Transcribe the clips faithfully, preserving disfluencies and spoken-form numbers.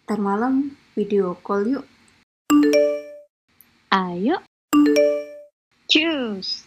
Ntar malam video call yuk. Ayo. Choose.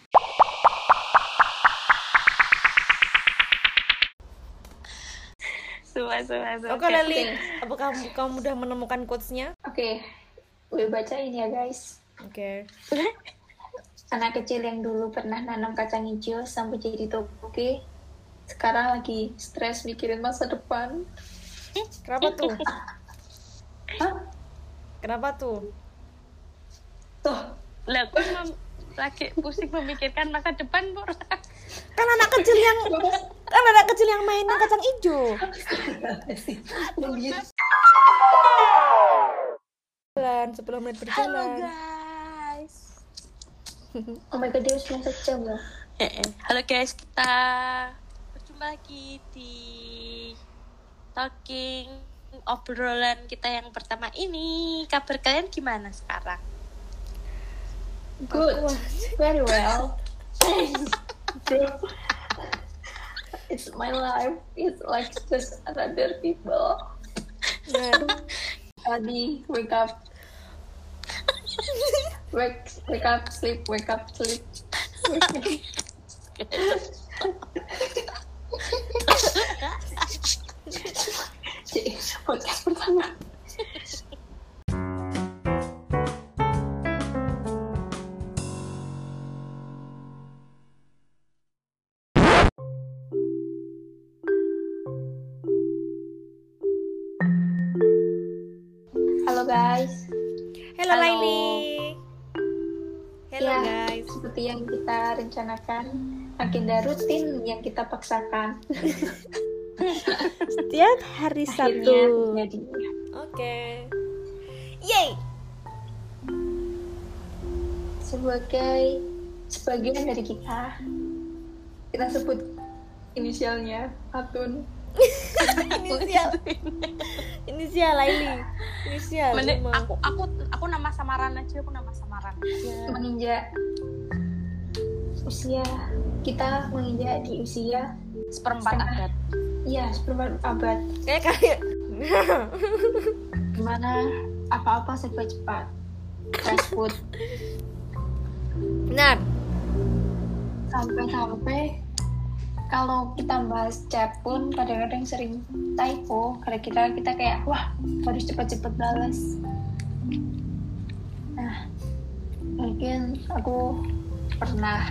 Sumpah, sumpah, sumpah. Oke, Leli, apakah kamu, kamu udah menemukan quotes-nya? Oke, gue bacain ya guys. Oke. Anak kecil yang dulu pernah nanam kacang hijau sampai jadi toge, sekarang lagi stres mikirin masa depan. Kenapa tuh? Hah? Kenapa tuh? Tuh, Lah, aku mem- lagi pusing memikirkan masa depan, Pur. Kan anak kecil yang kan anak kecil yang mainan kacang hijau. Jalan sepuluh menit Halo, berjalan. guys. oh my god, dia sudah sejam loh. Eh, eh. Halo, guys. Kita berjumpa lagi di Talking obrolan kita yang pertama ini. Kabar kalian gimana sekarang? Good, very well. It's my life. It's like just another people. Nah, Tadi wake up, wake wake up, sleep, wake up, sleep. Cik, podcast pertama. Halo guys. hello Halo. Laili. Hello Ya, guys. seperti yang kita rencanakan, agenda rutin yang kita paksakan. Setiap hari Akhirnya Sabtu. terjadi. Oke. Yay. Sebagai sebagian dari kita, kita sebut inisialnya Atun. Inisial. Inisial Laili. Inisial. Mending Lima. aku aku aku nama samaran aja, aku nama samaran aja. Menginjak usia, kita menginjak di usia Seperempat Setengah. abad. iya seperempat abad, Kayak kayak. dimana apa-apa serba cepat, fast food, Benar. sampai-sampai kalau kita bahas chat pun kadang-kadang sering typo karena kita kita kayak wah harus cepat-cepat balas. Nah, mungkin aku pernah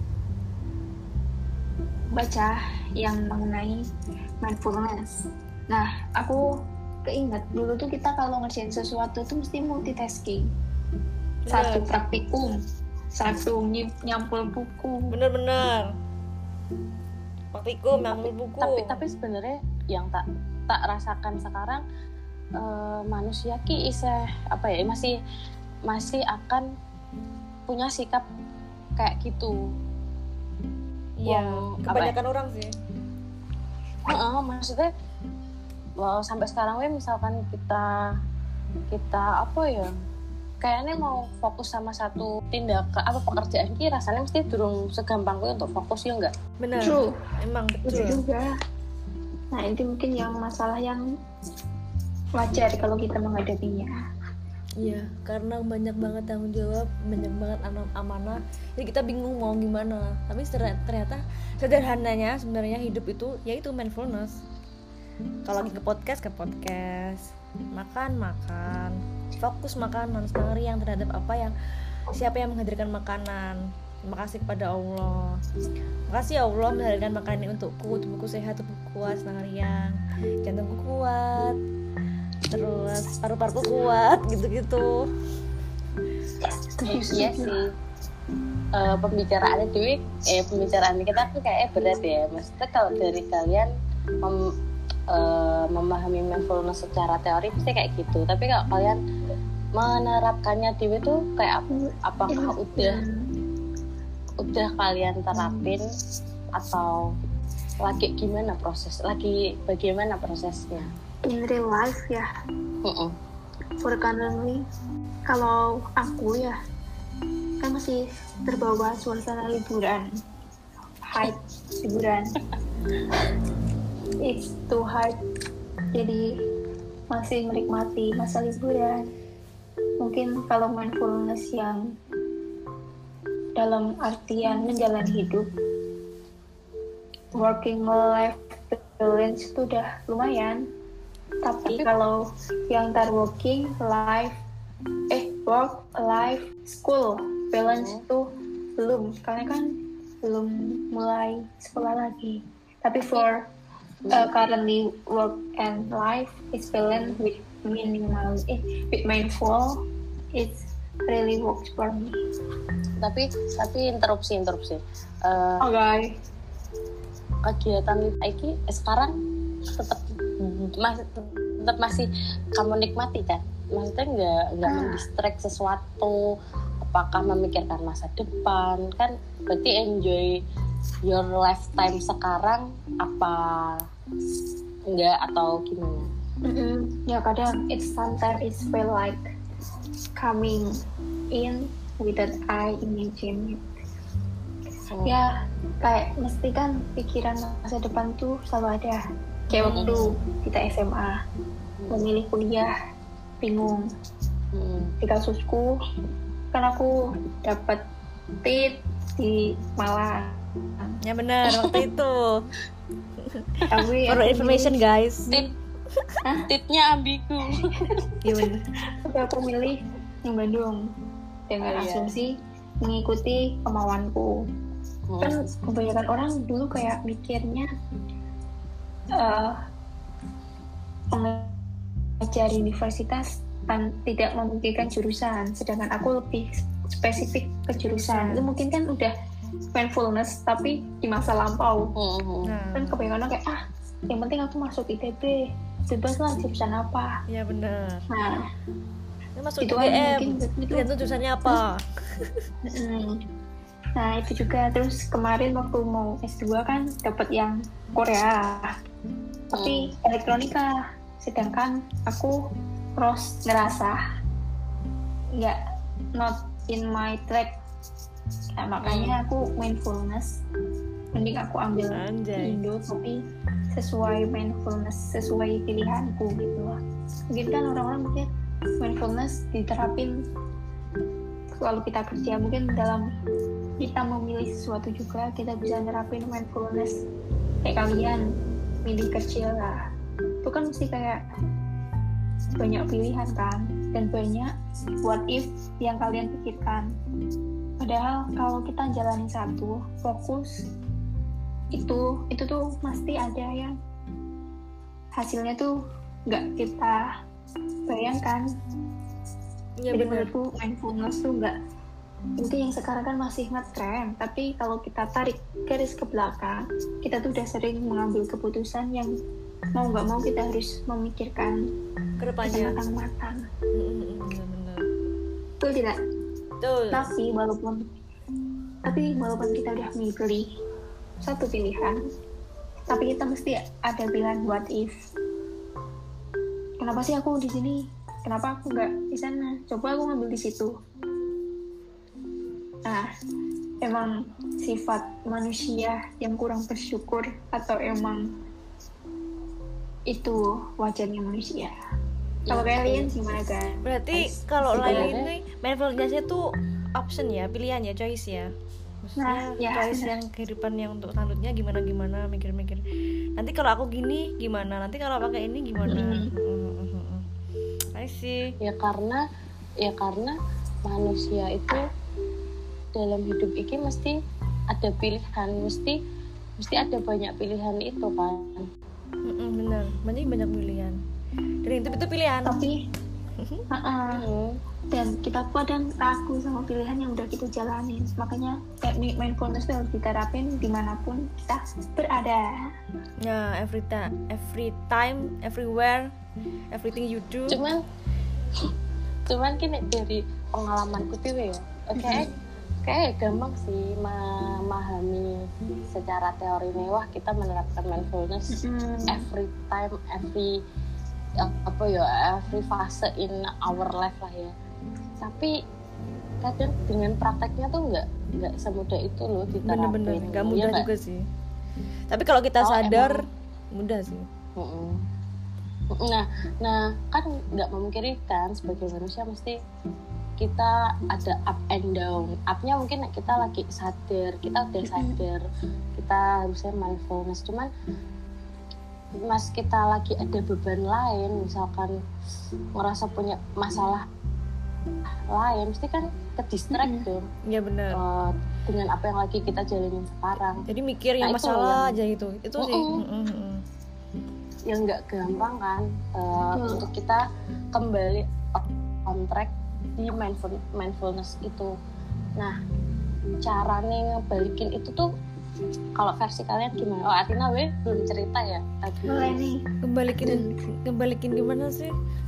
baca yang mengenai mindfulness. Nah, aku keinget dulu tuh kita kalau ngerjain sesuatu tuh mesti multitasking. Satu Bener. praktikum, satu nyim- nyampul buku. Bener-bener. Praktikum ngambil buku. Tapi tapi sebenarnya yang tak tak rasakan sekarang eh, manusia ki iseh apa ya masih masih akan punya sikap kayak gitu. Iya, Wong, kebanyakan orang sih. Heeh, maksudnya wow, sampai sekarang we misalkan kita kita apa ya kayaknya mau fokus sama satu tindakan apa pekerjaan ki rasanya mesti durung segampang kuwi untuk fokus ya enggak? Bener. True. Emang Itu betul. juga. Nah, itu mungkin yang masalah yang wajar kalau kita menghadapinya. Iya, karena banyak banget tanggung jawab, banyak banget am- amanah. Jadi kita bingung mau gimana. Tapi ser- ternyata sederhananya sebenarnya hidup itu yaitu mindfulness. Kalau lagi ke podcast ke podcast, makan makan, fokus makanan, setengah riang terhadap apa yang siapa yang menghadirkan makanan. Terima kasih kepada Allah. Terima kasih ya Allah menghadirkan makanan ini untukku, tubuhku sehat, tubuhku kuat, setengah riang, jantungku kuat, terus paru-paruku kuat, gitu-gitu. Iya sih. Eh, pembicaraannya Dewi, eh pembicaraan kita tuh kayak berat ya. Maksudnya kalau dari kalian mem- eh, memahami mindfulness secara teori pasti kayak gitu. Tapi kalau kalian menerapkannya Dewi tuh kayak ap- apakah udah udah kalian terapin atau lagi gimana proses? Lagi bagaimana prosesnya? In real life ya, Heeh. for currently, kalau aku ya, kan masih terbawa suasana liburan, hype liburan. It's too hard. Jadi masih menikmati masa liburan. Mungkin kalau mindfulness yang dalam artian menjalani hidup, working life balance itu udah lumayan. Tapi kalau yang tar working life, eh work life school balance itu belum, karena kan belum mulai sekolah lagi. Tapi for uh, currently work and life is balanced with minimal, eh, with mindful, it's really works for me. Tapi tapi interupsi interupsi. Uh, Oke. Okay. Kegiatan ini sekarang tetap masih tetap masih kamu nikmati kan? Maksudnya nggak nggak Ah. mendistract sesuatu, apakah memikirkan masa depan kan? Berarti enjoy your lifetime sekarang apa enggak atau gimana? Mm-mm. Ya kadang it's sometimes it's feel like coming in without I imagine it. Hmm. Ya kayak mesti kan pikiran masa depan tuh selalu ada. Kayak waktu kita S M A memilih kuliah bingung. Hmm. Di kasusku kan aku dapat tit di Malang. Ya benar waktu itu. Tapi For aku information guys. Tit, titnya ambigu. Iya benar. Tapi aku milih yang Bandung dengan Oh, iya. asumsi mengikuti kemauanku. Hmm. Kan kebanyakan orang dulu kayak mikirnya uh, mengajar universitas kan tidak memikirkan jurusan, sedangkan aku lebih spesifik ke jurusan. Itu mungkin kan udah mindfulness tapi di masa lampau. Hmm. Nah, Kan kebanyakan orang kayak ah yang penting aku masuk I T B, bebas lah jurusan apa. ya benar. Nah Ini masuk Itu U G kan M. mungkin itu. Tergantung jurusannya apa. mm, nah itu juga. Terus kemarin waktu mau S dua kan dapat yang Korea tapi elektronika, sedangkan aku terus ngerasa nggak not in my track. Nah, makanya aku mindfulness mending aku ambil Anjay. Indo tapi sesuai mindfulness, sesuai pilihanku gitu lah. Mungkin kan orang-orang mungkin mindfulness diterapin kalau kita kerja, mungkin dalam kita memilih sesuatu juga kita bisa nerapin mindfulness. Kayak kalian milih kerja lah, itu kan mesti kayak banyak pilihan kan, dan banyak what if yang kalian pikirkan. Padahal kalau kita jalanin satu fokus, itu itu tuh pasti ada yang hasilnya tuh nggak kita bayangkan. Iya Jadi benar. menurutku mindfulness tuh nggak, mungkin yang sekarang kan masih ngetren, tapi kalau kita tarik garis ke belakang, kita tuh udah sering mengambil keputusan yang mau nggak mau kita harus memikirkan Kedepannya. matang-matang. Benar-benar. Betul tidak? Betul. Tapi walaupun tapi walaupun kita udah milih satu pilihan, tapi kita mesti ada pilihan what if. Kenapa sih aku di sini? Kenapa aku nggak di sana? Coba aku ngambil di situ. Nah, emang sifat manusia yang kurang bersyukur atau emang itu wajarnya manusia? Kalau kalian gimana kan? Berarti Terus, kalau sebenarnya- lain ini mindfulness itu option ya, pilihan ya, choice ya. Maksudnya Nah, ya, choice benar. yang kehidupan yang untuk selanjutnya gimana-gimana, mikir-mikir. Nanti kalau aku gini gimana? Nanti kalau pakai ini gimana? Mm. Mm, mm, mm, mm. I see. ya karena ya karena manusia itu dalam hidup ini mesti ada pilihan, mesti mesti ada banyak pilihan itu kan. Mm, mm, benar. Banyak banyak pilihan. Dan itu itu pilihan. Tapi uh-uh. Hmm. dan kita kadang ragu sama pilihan yang udah kita jalanin. Makanya teknik mindfulness itu harus diterapin dimanapun kita berada. Ya, every time, every time, everywhere, everything you do. Cuman cuman kini dari pengalamanku tuh ya, oke, kayak gampang sih memahami secara teori nih. Wah, kita menerapkan mindfulness Mm-mm. every time, every apa ya, every fase in our life lah ya. Tapi kadang dengan prakteknya tuh nggak nggak semudah itu loh diterapin. Bener-bener, nggak Ya mudah nggak? juga sih. Tapi kalau kita Oh, sadar, mudah sih. Mm-mm. Nah, nah kan nggak memungkiri kan sebagai manusia mesti kita ada up and down. Upnya mungkin kita lagi sadar, kita udah sadar, kita harusnya mindfulness. Cuman mas kita lagi ada beban lain, misalkan ngerasa punya masalah lain, mesti kan ke distract dong. Iya benar. Uh, dengan apa yang lagi kita jalanin sekarang. Jadi mikir yang nah, masalah yang, aja itu, itu sih. Mm-mm. Yang nggak gampang kan uh, hmm. untuk kita kembali on track di mindful, mindfulness itu. Nah, cara nih ngebalikin itu tuh kalau versi kalian gimana? Oh, Atina we belum cerita ya tadi. Boleh nih. Kembalikin kembalikin gimana sih?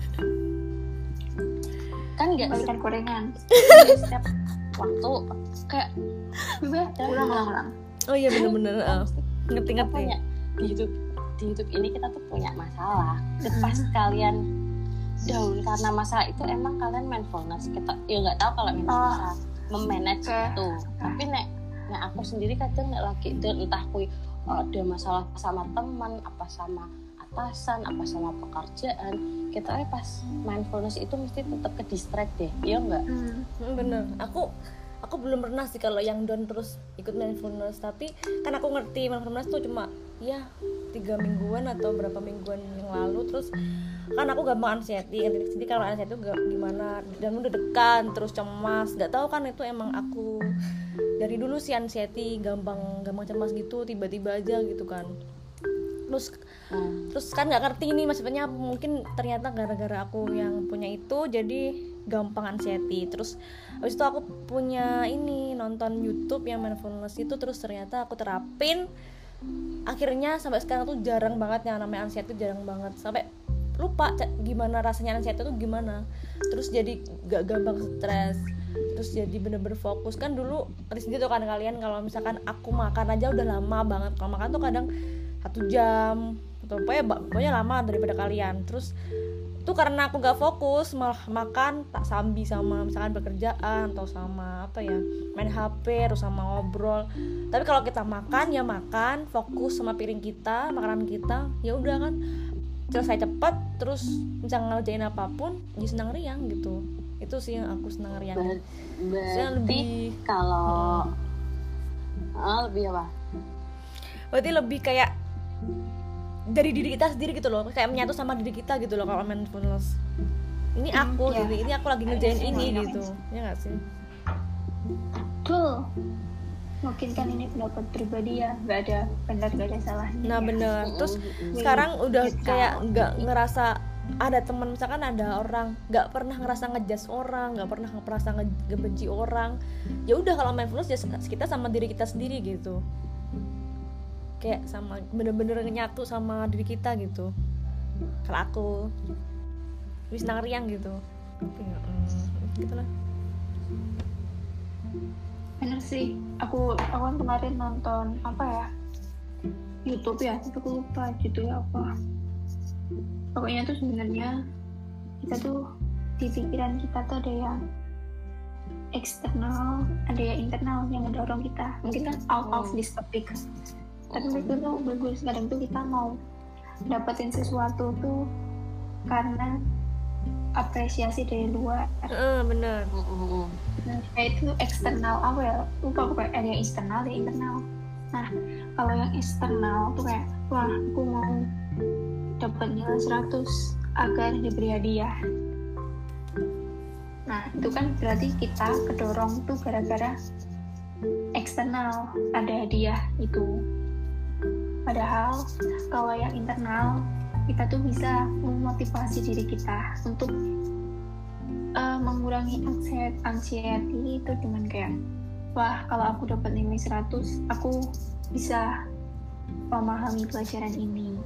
Kan nggak kembalikan gorengan. Setiap waktu kayak ulang-ulang. Oh iya benar-benar. Uh, ngerti-ngerti. Punya di hidup di hidup ini kita tuh punya masalah. Pas hmm. kalian down karena masalah itu, emang kalian mindfulness. Kita ya nggak tahu kalau kita oh. bisa memanage okay. itu. Tapi nek, nek aku sendiri kadang nek lagi down, entah kui ada masalah sama teman, apa sama atasan, apa sama pekerjaan, kita eh pas mindfulness itu mesti tetap ke distract deh, iya nggak? Hmm. Bener. Aku aku belum pernah sih kalau yang down terus ikut mindfulness, tapi kan aku ngerti mindfulness tuh cuma ya tiga mingguan atau berapa mingguan yang lalu. Terus kan aku gampang anxiety, jadi kalau anxiety itu gimana dan udah dekan terus cemas, nggak tahu kan itu emang aku dari dulu sih anxiety, gampang gampang cemas gitu tiba-tiba aja gitu kan. Terus hmm. terus kan nggak ngerti nih maksudnya, mungkin ternyata gara-gara aku yang punya itu jadi gampang anxiety. Terus habis itu aku punya ini nonton YouTube yang mindfulness itu, terus ternyata aku terapin. Akhirnya sampai sekarang tuh jarang banget yang namanya anxiety, jarang banget, sampai lupa gimana rasanya anxiety itu gimana. Terus jadi gak gampang stres, terus jadi bener-bener fokus. Kan dulu risih gitu kan kalian, kalau misalkan aku makan aja udah lama banget, kalau makan tuh kadang satu jam atau pokoknya, pokoknya lama daripada kalian. Terus itu karena aku gak fokus, malah makan tak sambi sama misalkan pekerjaan atau sama apa ya, main H P terus sama ngobrol. Tapi kalau kita makan ya makan, fokus sama piring kita, makanan kita, ya udah kan selesai cepat. Terus misalnya ngerjain apapun jadi senang riang gitu. Itu sih yang aku senang riang. Ber- berarti lebih kalau hmm. oh, lebih apa? Berarti lebih kayak dari diri kita sendiri gitu loh, kayak menyatu sama diri kita gitu loh kalau mindfulness. Ini aku, hmm, ya. ini aku lagi ngerjain ini gitu, ya nggak sih? Betul. Mungkin kan ini pendapat pribadi ya, nggak ada benar, nggak ada salahnya. Nah ya. benar. Terus hmm. sekarang udah kayak nggak ngerasa ada teman, misalkan ada orang nggak pernah ngerasa ngejudge orang, nggak pernah ngerasa ngebenci orang. Ya udah kalau mindfulness ya kita sama diri kita sendiri gitu. Kayak sama bener-bener nyatu sama diri kita gitu. Kalau aku wis nang riang gitu. Hmm, gitu lah. Bener sih. Aku aku kan kemarin nonton apa ya? YouTube ya, tapi aku lupa judulnya apa. Pokoknya tuh sebenarnya kita tuh di pikiran kita tuh ada yang eksternal, ada yang internal yang mendorong kita. Mungkin kan out of this topic. Tapi itu tuh bagus, kadang tuh kita mau dapetin sesuatu tuh karena apresiasi dari luar. Uh, bener. Nah, itu eksternal apa ya? Lupa pokoknya ada yang eksternal, ada yang internal. Nah, kalau yang eksternal tuh kayak, wah aku mau dapat nilai seratus agar diberi hadiah. Nah, itu kan berarti kita kedorong tuh gara-gara eksternal, ada hadiah itu. Padahal kalau yang internal, kita tuh bisa memotivasi diri kita untuk uh, mengurangi anxiety itu dengan kayak, wah kalau aku dapat nilai seratus, aku bisa memahami pelajaran ini.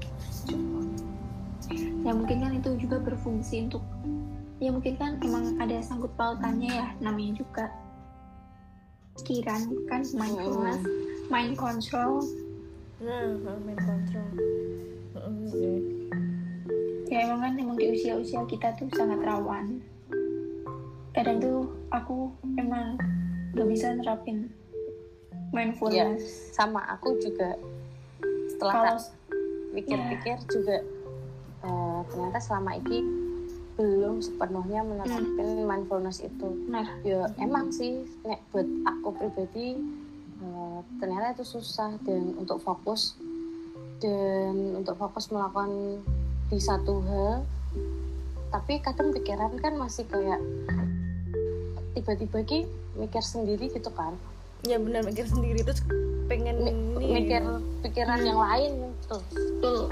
Ya mungkin kan itu juga berfungsi untuk, ya mungkin kan emang ada sangkut pautannya ya, namanya juga pikiran kan, mindfulness, mind control. Nah, mind control. Uh, ya emang kan emang di usia-usia kita tuh sangat rawan. Kadang tuh aku emang gak bisa nerapin mindfulness. Ya, sama aku juga setelah Kalau, pikir-pikir ya. juga uh, ternyata selama ini belum sepenuhnya menerapkan hmm. mindfulness itu. Nah, ya emang sih nek buat aku pribadi uh, ternyata itu susah dan untuk fokus dan untuk fokus melakukan di satu hal, tapi kadang pikiran kan masih kayak tiba-tiba ki mikir sendiri gitu kan. Ya benar, mikir sendiri terus pengen Mi- ini mikir gitu. pikiran yang lain gitu. Betul.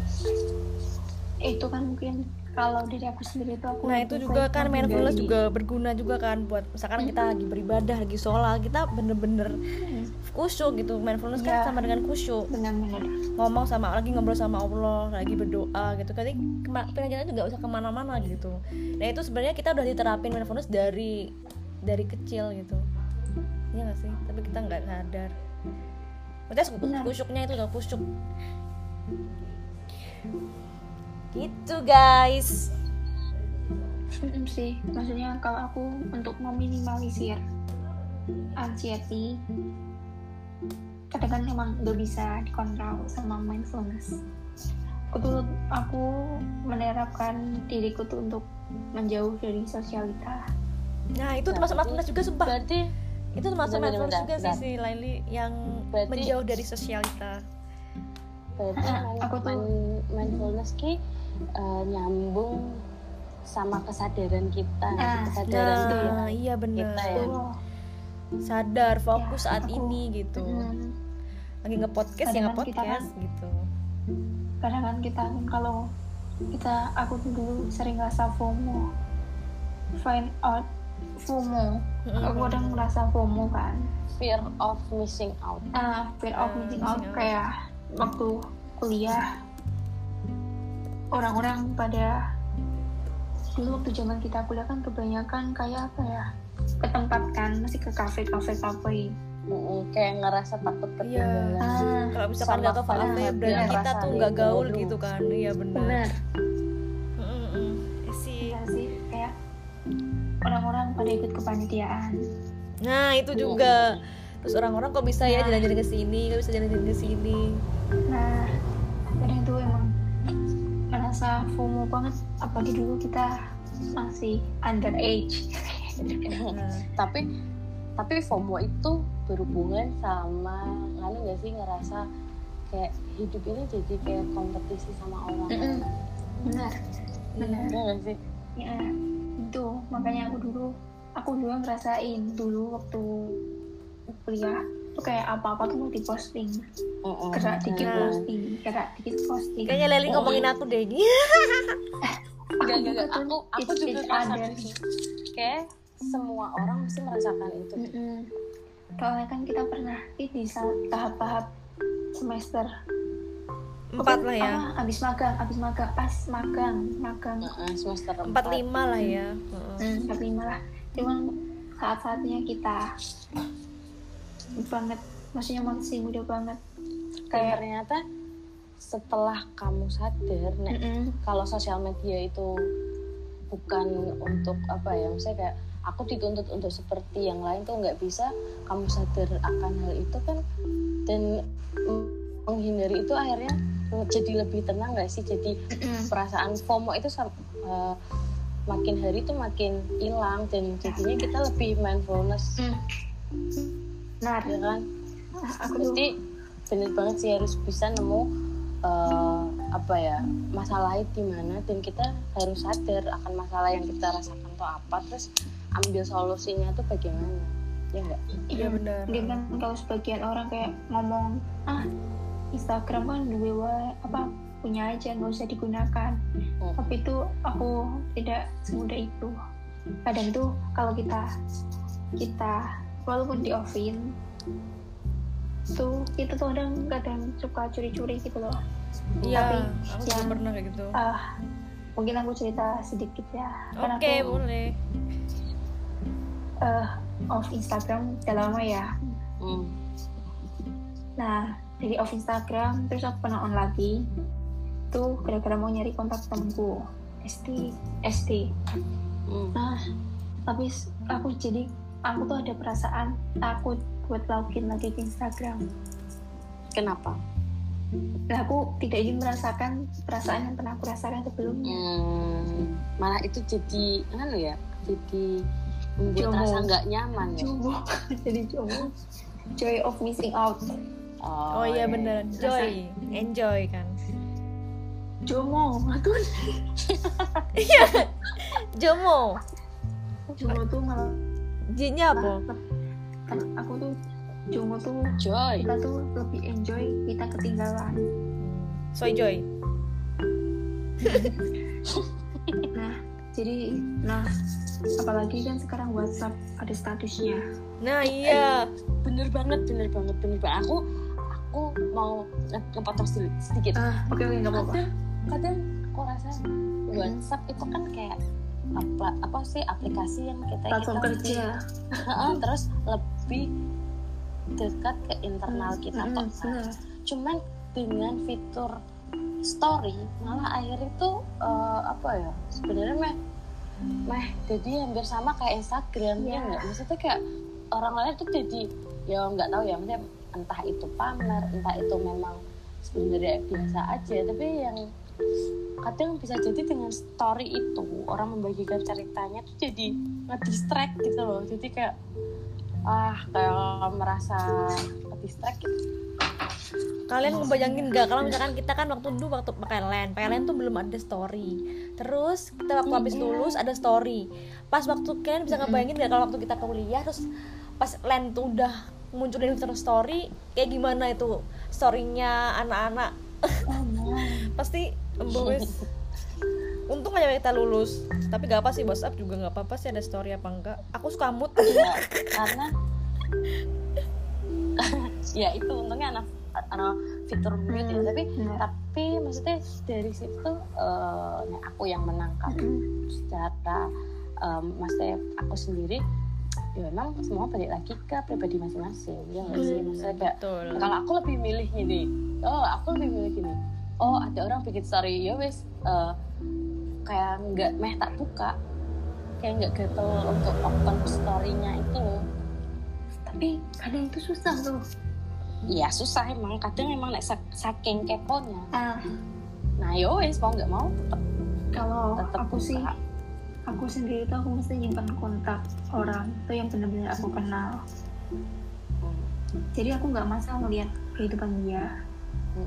Itu kan mungkin kalau dari aku sendiri itu aku Nah itu juga kan mindfulness juga berguna juga kan buat misalkan kita lagi beribadah, lagi sholat, kita bener-bener khusyuk gitu. Mindfulness kan ya, sama dengan khusyuk, benar-benar ngomong sama, lagi ngobrol sama Allah, lagi berdoa gitu. Jadi pikiran juga gak usah kemana-mana gitu. Nah itu sebenarnya kita udah diterapin mindfulness dari dari kecil gitu, iya gak sih? Tapi kita gak sadar. Maksudnya khusyuknya itu udah khusyuk gitu guys. Hmm, sih, maksudnya kalau aku untuk meminimalisir anxiety, kadang kan emang gak bisa dikontrol sama mindfulness. Aku tuh aku menerapkan diriku tuh untuk menjauh dari sosialita. Nah itu termasuk mindfulness juga sumpah. Berarti itu termasuk mindfulness juga sih si Laili yang berarti, menjauh dari sosialita. Berarti uh, aku tuh mindfulness ki uh, nyambung sama kesadaran kita, uh, kesadaran nah, kita, iya benar. kita ya. Sadar, fokus ya, saat aku, ini gitu. Mm, lagi nge-podcast ya nge-podcast kan, gitu. Kadang kan kita kan kalau kita aku tuh dulu sering ngerasa FOMO, find out FOMO. Mm-hmm. Aku kadang ngerasa FOMO kan, fear of missing out. Ah, fear of uh, missing out kayak waktu kuliah orang-orang pada dulu waktu zaman kita kuliah kan kebanyakan kayak apa ya, ke tempat kan, masih ke kafe-kafe kafe. Mm-hmm. Kayak ngerasa takut ketinggalan. Ah, kalau misalkan nggak ke kafe berarti kita tuh nggak gaul dulu. Gitu kan, iya benar. Benar. Mm-hmm. sih. Ya sih, kayak orang-orang pada ikut kepanitiaan. Nah itu juga. Terus orang-orang kok bisa ya nah. jalan-jalan ke sini, kok bisa jalan-jalan ke sini. Nah, kadang itu emang merasa FOMO banget, apalagi dulu kita masih underage. Nah, tapi tapi FOMO itu berhubungan sama nganu nggak sih, ngerasa kayak hidup ini jadi kayak kompetisi sama orang. Mm-mm. Benar, benar. Iya nggak sih? Ya, itu makanya aku dulu, aku juga ngerasain dulu waktu kuliah tuh kayak apa-apa tuh mau diposting, uh-uh. gerak dikit nah. posting, gerak dikit posting. Kayaknya Leli uh-uh. ngomongin aku deh. Enggak, enggak, aku aku juga ngerasain sih. Kayak semua orang mesti merasakan itu. Soalnya kan kita pernah di tahap-tahap semester empat lah ya. Ah, abis magang, abis magang, pas magang, magang. Uh-uh, semester empat lima lah ya. Empat lima lah. Cuman saat-saatnya kita banget, maksudnya masih muda banget. Kayak ternyata setelah kamu sadar, nek kalau sosial media itu bukan untuk apa ya, maksudnya kayak aku dituntut untuk seperti yang lain tuh nggak bisa, kamu sadar akan hal itu kan, dan menghindari itu akhirnya jadi lebih tenang nggak sih? Jadi perasaan FOMO itu uh, makin hari tuh makin hilang dan jadinya kita lebih mindfulness. Nah, ya kan? Aku Jadi bener banget sih, harus bisa nemu uh, apa ya, masalahnya di mana, dan kita harus sadar akan masalah yang kita rasakan itu apa, terus ambil solusinya tuh bagaimana, ya enggak? Iya benar. Dia kan kalau sebagian orang kayak ngomong, ah Instagram kan dua apa punya aja, nggak usah digunakan. Hmm. Tapi itu aku tidak semudah itu. Kadang tuh kalau kita kita walaupun di offline tuh kita tuh kadang kadang suka curi-curi gitu loh. Iya, tapi aku yang, juga pernah kayak gitu. Uh, mungkin aku cerita sedikit ya. Oke, okay, boleh. Uh, off Instagram udah lama ya. Hmm. Nah, dari off Instagram terus aku pernah on lagi. Tuh gara-gara mau nyari kontak temanku S T S T. Hmm. Nah, tapi aku jadi aku tuh ada perasaan takut buat login lagi ke Instagram. Kenapa? Nah, aku tidak ingin merasakan perasaan yang pernah aku rasakan sebelumnya. Hmm, malah itu jadi kan ya, jadi membuat Jomo. rasa nggak nyaman ya. Jomo. Jadi jomo. Joy of missing out. Oh iya bener, joy, enjoy kan. Jomo, tuh Jomo, Jomo tuh malah J-nya apa? kan aku tuh Jomo tuh Joy. kita tuh lebih enjoy kita ketinggalan. Soy joy. Nah, jadi nah apalagi kan sekarang WhatsApp ada statusnya. Nah iya, Bener banget, bener banget, bener banget. Aku aku mau nge- ngepotong sedikit. sedikit. Ah, oke oke nggak apa-apa. Kadang, kadang aku rasa WhatsApp itu kan kayak apa apa sih aplikasi yang kita Platform kita kerja. Heeh, terus lebih dekat ke internal kita Hmm, kok. bener. Cuman dengan fitur story malah akhirnya itu eh, apa ya sebenarnya meh meh jadi hampir sama kayak Instagram ya Iya. nggak, maksudnya kayak orang lain tuh jadi ya nggak tahu ya, maksudnya entah itu pamer entah itu memang sebenarnya biasa aja, tapi yang kadang bisa jadi dengan story itu orang membagikan ceritanya tuh jadi nge-distract gitu loh, jadi kayak ah kayak merasa nge-distract gitu. kalian ngebayangin nggak kalau misalkan kita kan waktu dulu waktu pakai line, pakai line tuh belum ada story. Terus kita waktu habis lulus ada story. Pas waktu kalian bisa ngebayangin nggak kalau waktu kita kuliah terus pas line tuh udah munculin fitur story, kayak gimana itu storynya anak-anak? Oh, no. Pasti embus. Untung aja kita lulus. Tapi gak apa sih, WhatsApp juga gak apa-apa sih ada story apa enggak. Aku suka mood. Ya, karena ya itu untungnya anak anak fitur mute ya, tapi Bener. tapi maksudnya dari situ uh, nah aku yang menangkap Mm-mm. secara um, maksudnya aku sendiri ya memang semua balik lagi ke pribadi masing-masing ya nggak sih, maksudnya kayak Betul. kalau aku lebih milih gini, oh aku lebih milih gini, oh ada orang bikin story ya wes uh, kayak nggak meh tak buka, kayak nggak gatel untuk open story-nya itu loh. Tapi kadang itu susah tuh. Iya susah emang, kadang emang nek sak- saking keponya. Ah, Nah yo wes mau nggak mau tetap kalau tetap aku sih, buka. aku sendiri tuh aku mesti nyimpan kontak orang tuh yang benar-benar aku kenal. Hmm. Jadi aku nggak masalah ngeliat kehidupan dia. Hmm.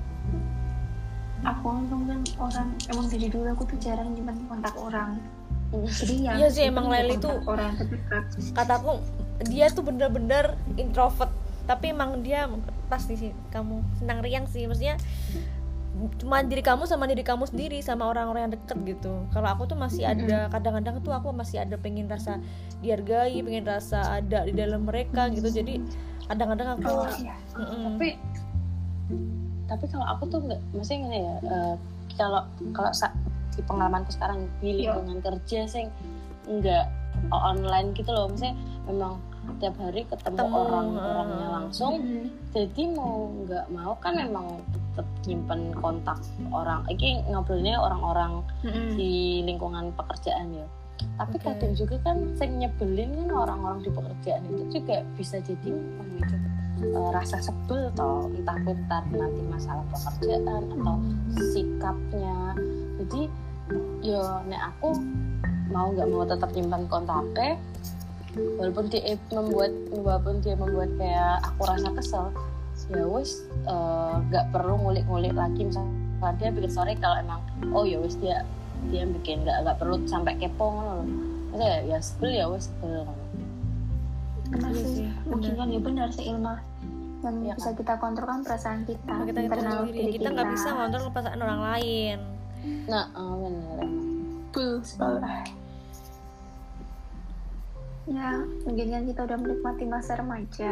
Aku untung kan orang emang dari dulu aku tuh jarang nyimpan kontak orang. Jadi yang Iya sih, emang Leli tuh orang terdekat. kataku dia tuh bener-bener introvert, tapi emang dia pasti sih kamu senang riang sih, maksudnya cuma diri kamu sama diri kamu sendiri sama orang-orang yang deket gitu. Kalau aku tuh masih ada, kadang-kadang tuh aku masih ada pengen rasa dihargai, pengen rasa ada di dalam mereka gitu. Jadi kadang-kadang aku Oh iya. mm-mm. Tapi tapi kalau aku tuh nggak, maksudnya gini ya, uh, kalau kalau sa- di pengalamanku sekarang di Iya. lingkungan kerja sih nggak online gitu loh, maksudnya memang tiap hari ketemu, Ketemu, orang-orangnya uh. langsung. Mm-mm. Jadi mau nggak mau kan memang tetap nyimpen kontak orang. Ini ngobrolnya orang-orang Mm-mm. di lingkungan pekerjaan ya. Tapi Oke. kadang juga kan yang nyebelin kan orang-orang di pekerjaan itu juga bisa jadi memicu uh, rasa sebel toh, entah bentar nanti masalah pekerjaan atau sikapnya. Jadi yo nek aku mau nggak mau tetap nyimpan kontaknya, walaupun dia membuat walaupun dia membuat kayak aku rasa kesel, ya wes nggak uh, perlu ngulik-ngulik lagi. Misalnya dia bikin story kalau emang oh ya wes dia dia bikin, nggak nggak perlu sampai kepo loh. Maksudnya ya sebel ya wes sebel. Benar Iya sih. sih, Mungkin benar. kan ya benar sih Ilma. Yang Iya bisa kita kontrol kan perasaan kita, Kalau kita internal kontrol diri diri kita nggak bisa ngontrol perasaan orang lain. Nah uh, benar emang. Betul sekolah. Ya, mungkin kan kita udah menikmati masa remaja.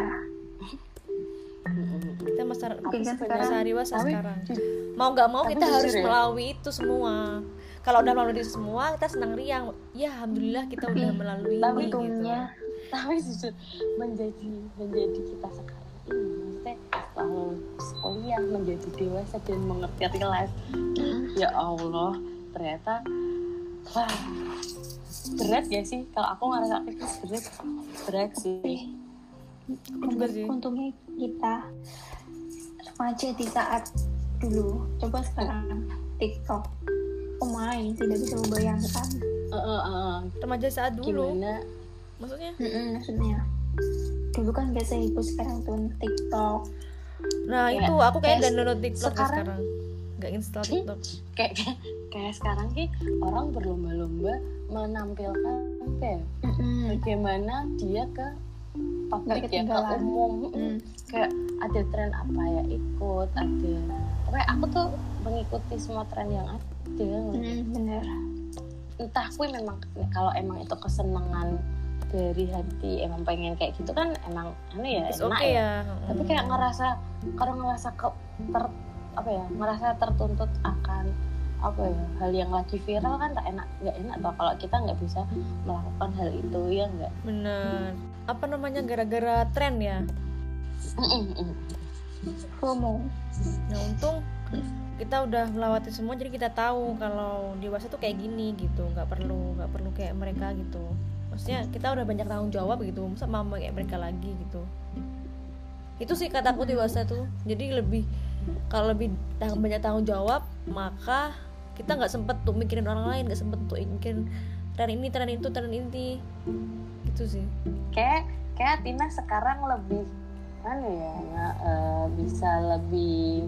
Kita masa Mungkin kan Tapi sekarang masa dewasa Tapi- sekarang. Mau nggak mau Tapi kita jujur harus ya. melalui itu semua. Kalau udah melalui itu semua, kita senang riang. Ya alhamdulillah kita udah Tapi- melalui tapi ini gitu. Untungnya Tapi jujur menjadi menjadi kita sekarang ini, maksudnya setelah lulus kuliah menjadi dewasa dan mengerti real life, ya Allah ternyata wah berat ya sih, kalau aku ngerasa itu berat berat sih. Juga sih. untungnya kita remaja di saat dulu, coba sekarang TikTok. Oh my, tidak bisa membayangkan. Uh, uh, uh. Remaja saat dulu. Gimana? Maksudnya? Mm-mm, maksudnya dulu kan gak sehibur sekarang tuh TikTok. Nah Kayak- itu aku kayak kayak dan download TikTok sekarang- sekarang, nggak install TikTok. Kayak kayak, kayak sekarang ki orang berlomba-lomba menampilkan apa ya? Mm-mm. Bagaimana dia ke Nggak publik ya, ke ketinggalan. umum. Mm. Kayak ada tren apa ya ikut, ada pokoknya aku tuh mengikuti semua tren yang ada. Mm, bener. Entah aku memang kalau emang itu kesenangan dari hati, emang pengen kayak gitu kan emang anu ya It's enak okay ya. ya. Tapi kayak ngerasa kalau ngerasa ke ter apa ya ngerasa tertuntut akan apa ya hal yang lagi viral kan tak enak, nggak enak toh kalau kita nggak bisa melakukan hal itu ya nggak. Bener. Apa namanya gara-gara tren ya. FOMO. Nah untung kita udah melewati semua, jadi kita tahu kalau dewasa tuh kayak gini gitu, nggak perlu nggak perlu kayak mereka gitu. Maksudnya kita udah banyak tanggung jawab gitu, masa mama kayak mereka lagi gitu. Itu sih kataku dewasa tuh. Jadi lebih kalau lebih tang- banyak tanggung jawab, maka kita nggak sempet tuh mikirin orang lain, nggak sempet tuh mikirin tren ini, tren itu, tren ini. Gitu sih. Kayak kayak Tina sekarang lebih anu ya nggak, eh, bisa lebih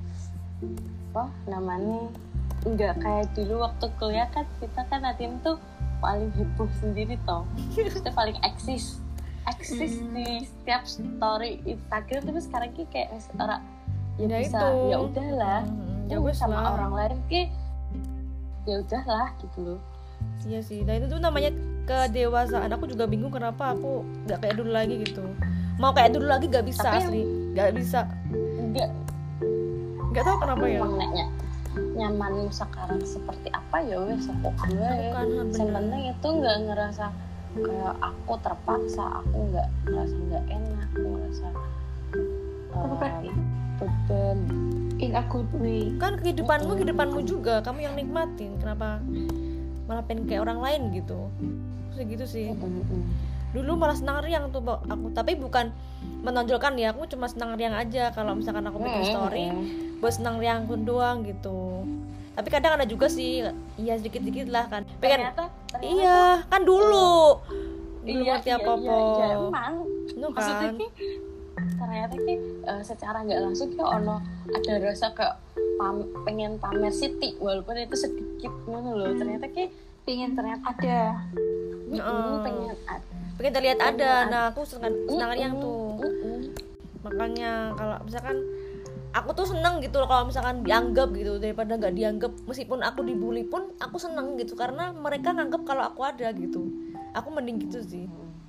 apa namanya nggak kayak dulu waktu kuliah kan kita kan Natin tuh paling heboh sendiri toh, kita paling eksis eksis Mm. di setiap story Instagram. Tapi sekarang ki kayak orang ya Ya bisa itu. ya udahlah Hmm, ya uh, wes sama lah. orang lain ki ya udahlah gitu loh. Iya sih, nah itu tuh namanya kedewasaan. Aku juga bingung kenapa aku nggak kayak dulu lagi gitu. Mau kayak dulu lagi nggak bisa. Tapi yang- asli, nggak bisa. Enggak, Nggak tahu kenapa ya. emang neknya nyamanmu sekarang seperti apa ya wes aku gue Bukan, yang bener. penting itu nggak ngerasa kayak aku terpaksa, aku nggak ngerasa nggak enak, aku ngerasa Tapi kan uh, beban. in a good way. Kan kehidupanmu Mm-mm. kehidupanmu juga, kamu yang nikmatin. Kenapa malah pengen kayak orang lain gitu? Segitu sih. Mm-mm. Dulu malah senang riang tuh Bo, aku, tapi bukan menonjolkan ya, aku cuma senang riang aja kalau misalkan aku bikin story buat senang riang pun doang gitu. Tapi kadang ada juga sih, iya sedikit-sedikit lah kan. Pengen Ternyata, ternyata iya, kan dulu. Belum iya, ngerti iya, apa-apa. iya, iya, emang Itu maksudnya kan. ki ternyata ki eh, secara nggak langsung ki ono ada rasa kayak pam, pengen pamer Siti walaupun itu sedikit ngono loh. Ternyata ki Pengen ternyata ada. Heeh. pengen ada. Pengen terlihat Pengen ada. ada. Nah, aku senang senang riang tuh. Mm-mm. Makanya kalau misalkan aku tuh seneng gitu loh kalau misalkan dianggap gitu daripada nggak dianggap. Meskipun aku dibully pun aku seneng gitu karena mereka nganggap kalau aku ada gitu. Aku mending gitu sih.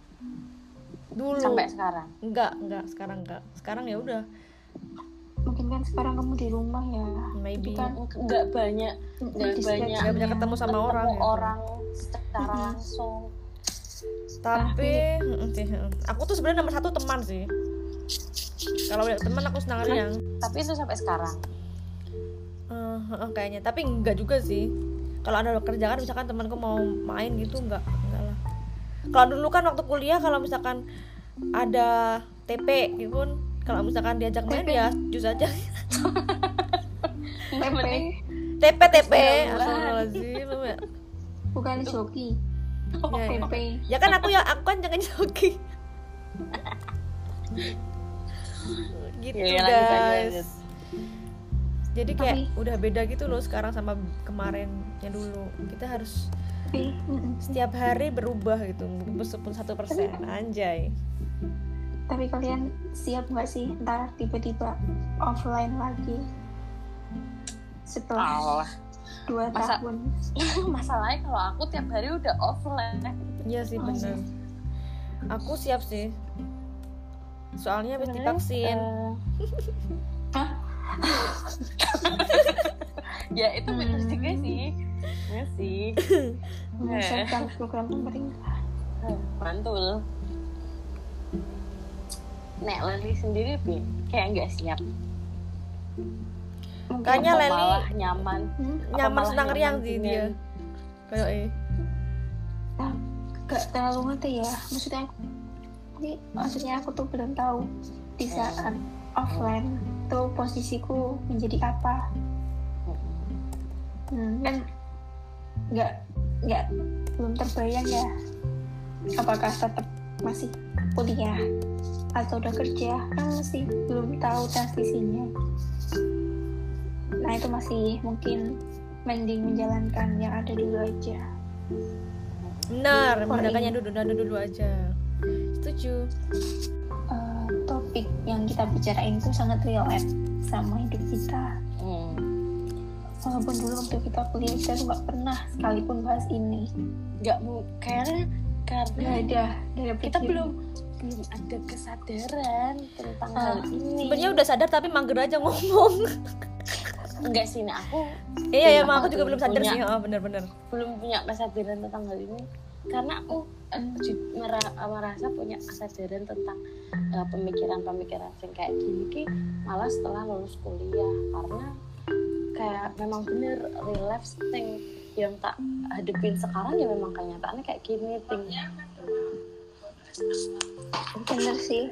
Dulu Sampai sekarang. enggak enggak sekarang enggak. Sekarang ya udah Mungkin kan sekarang kamu di rumah ya. maybe. Itu kan Nggak banyak nggak banyak Nggak banyak ketemu sama ketemu orang. gitu. orang secara Mm-mm. langsung. Tapi mm, sih, mm. aku tuh sebenarnya nomor satu teman sih. Kalau udah teman aku senang riang. Tapi itu sampai sekarang. Eh, eh, kayaknya. Tapi enggak juga sih. Kalau ada kerjaan misalkan temanku mau main gitu enggak enggak lah. Kalau dulu kan waktu kuliah kalau misalkan ada T P gitu pun kalau misalkan diajak main T P. ya jus aja. Yang penting T P T P. Bulan. Astagfirullahaladzim. Ya. bukan joki. Ya, ya. P P. Ya kan aku ya aku kan jangan joki. Gitu Ya, ya, lanjut, lanjut, guys. lanjut. Jadi kayak Tapi- udah beda gitu loh sekarang sama kemarinnya dulu. Kita harus Tapi mm-mm. setiap hari berubah gitu meskipun satu persen anjay. Tapi kalian siap nggak sih ntar tiba-tiba offline lagi setelah Allah. dua Masa- tahun? Masalahnya kalau aku tiap hari udah offline. Iya sih Oh, benar. Aku siap sih. Soalnya habis Sebenarnya, divaksin. eh, Hah? ya itu benar Hmm. juga sih. Ya sih. Menyelesaikan program pemerintah. Mantul. Nek Leli sendiri Bi, kayak nggak siap. Mungkin Kayaknya Apa Leli malah nyaman. hmm, Apa nyaman malah senang nyaman riang sih dengan- dia. Kayak eh. ah, gak terlalu ngerti ya. Maksudnya aku, ini, maksudnya aku tuh belum tahu di saat offline atau posisiku menjadi apa. Hmm, kan nggak nggak belum terbayang ya, apakah tetap masih kuliah atau udah kerja, kan masih belum tahu transisinya. Nah itu masih mungkin mending menjalankan yang ada dulu aja. Benar, For menggunakannya in- dulu dulu dulu aja. Setuju. Uh, topik yang kita bicarain itu sangat relate sama hidup kita. Hmm. Walaupun dulu waktu kita kuliah kita tuh nggak pernah sekalipun bahas ini. Nggak mau karena karena Nggak ada, nggak ada kita pikiran. belum belum ada kesadaran tentang hal Ah, ini. Sebenarnya udah sadar tapi mager aja ngomong. Enggak sih, nah aku Iya ya, Aku aku juga belum sadar punya- sih. Oh, benar-benar. belum punya kesadaran tentang hal ini karena aku eh, ju- mera- merasa punya kesadaran tentang eh, pemikiran-pemikiran yang kayak gini ki malah setelah lulus kuliah, karena kayak memang bener real life thing yang tak hadepin sekarang ya memang kenyataannya kayak gini thing. Bener sih.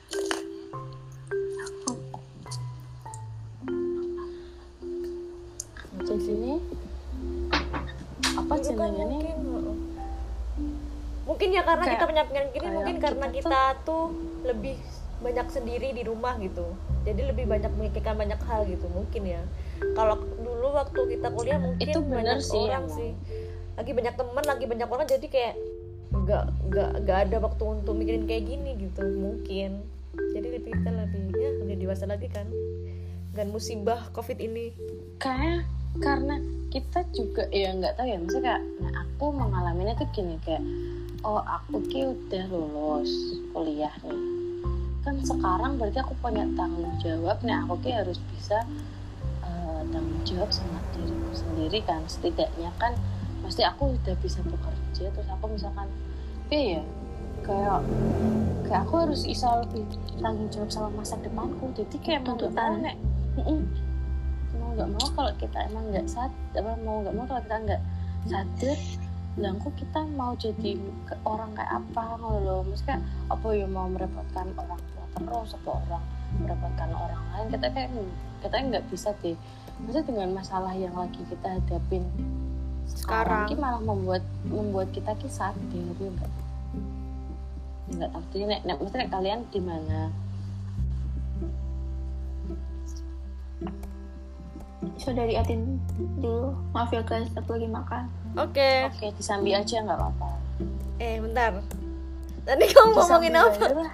Di sini apa Itu kan jenengnya nih? mungkin heeh. Mungkin ya karena Kayak- kita punya pikiran gini, kayak mungkin karena kita kita tuh lebih banyak sendiri di rumah gitu. Jadi lebih banyak memikirkan banyak hal gitu mungkin ya. Kalau dulu waktu kita kuliah mungkin Itu bener banyak sih, orang emang. sih. Lagi banyak teman, lagi banyak orang, jadi kayak nggak nggak nggak ada waktu untuk mikirin kayak gini gitu mungkin. Jadi lebih kita lebih ya udah dewasa lagi kan. Dan musibah covid ini. Kayak karena kita juga ya nggak tahu ya, maksudnya kayak nah aku mengalaminya tuh gini kayak oh aku ki udah lulus kuliah nih kan, sekarang berarti aku punya tanggung jawab nih, aku ki harus bisa uh, tanggung jawab sama diriku sendiri kan, setidaknya kan pasti aku udah bisa bekerja, terus aku misalkan iya ya kayak kayak aku harus bisa lebih tanggung jawab sama masa depanku, jadi kayak mau nggak mau Tuntutan. nek mm-mm. mau nggak mau kalau kita emang nggak sad apa mau nggak mau kalau kita nggak sadar langku kita mau jadi ke orang kayak apa ngono loh, maksudnya apa ya mau merepotkan orang tua terus apa orang merepotkan orang lain, kita kayak kita nggak bisa deh, maksudnya dengan masalah yang lagi kita hadapin Sekarang. ini malah membuat membuat kita ki sadar ya nggak nggak tahu jadi nek, nek maksudnya kalian gimana? Saudari Atin dulu, maaf ya guys, aku lagi makan. Oke. Oke disambi aja nggak apa-apa. Eh, bentar. Tadi kamu ngomongin Disambi apa? aja lah.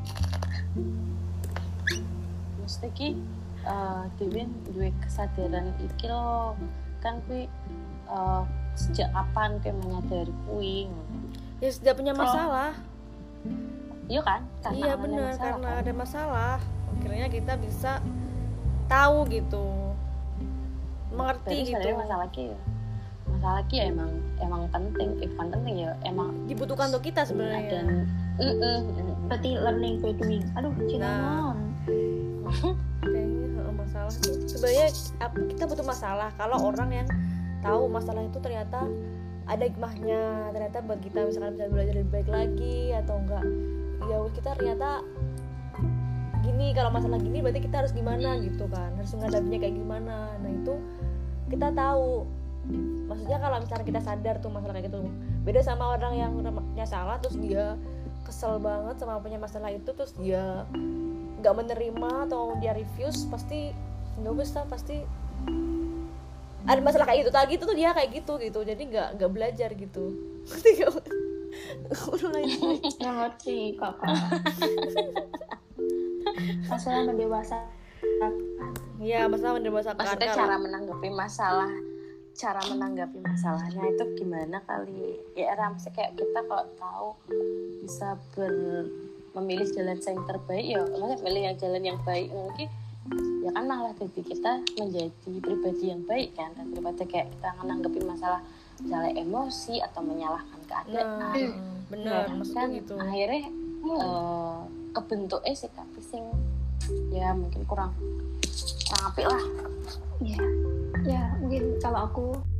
Mesti ki uh, Dewin duwe kesadaran iki lo kan kuwi uh, sejak kapan kayak menyadari kuwi? Ya sudah punya masalah. Iya kan? Karena Iya ada benar, masalah, karena kan? ada masalah. Akhirnya kita bisa tahu gitu, mengerti Berarti gitu. sebenarnya masalah ki ya. Masalah ki ya emang emang penting, eh, bukan penting ya, emang Dibutuhkan untuk kita sebenarnya. dan mm -mm, mm. Berarti learning by doing. Aduh, Nah. cinnamon. Kayaknya heeh, masalah tuh sebenarnya ap- kita butuh masalah. Kalau orang yang tahu masalah itu ternyata ada hikmahnya, ternyata buat kita misalkan bisa belajar lebih baik lagi atau enggak, ya wes kita ternyata gini, kalau masalah gini berarti kita harus gimana gitu kan, harus menghadapinya kayak gimana. Nah itu kita tahu, maksudnya kalau misalnya kita sadar tuh masalah kayak gitu, beda sama orang yang punya salah terus dia kesel banget sama punya masalah itu terus dia nggak menerima atau dia refuse, pasti nggak bisa, pasti ada masalah kayak gitu tadi itu tuh dia kayak gitu gitu, jadi nggak nggak belajar gitu. Ngerti nggak? Udah lagi. Nggak ngerti kakak. Masalah mendewasa. Iya, masalah mendewasakan. Maksudnya Kalau- cara menanggapi masalah cara menanggapi masalahnya itu gimana kali ya Ram, kayak kita kalau tahu bisa ber memilih jalan yang terbaik ya maksudnya milih yang jalan yang baik mungkin ya kan malah jadi kita menjadi pribadi yang baik kan, daripada kayak kita menanggapi masalah misalnya emosi atau menyalahkan keadaan. Nah, bener, Ya, maksudnya kan gitu. akhirnya eh, kebentuknya sikap sing ya mungkin kurang kurang apik lah. Ya, ya mungkin kalau aku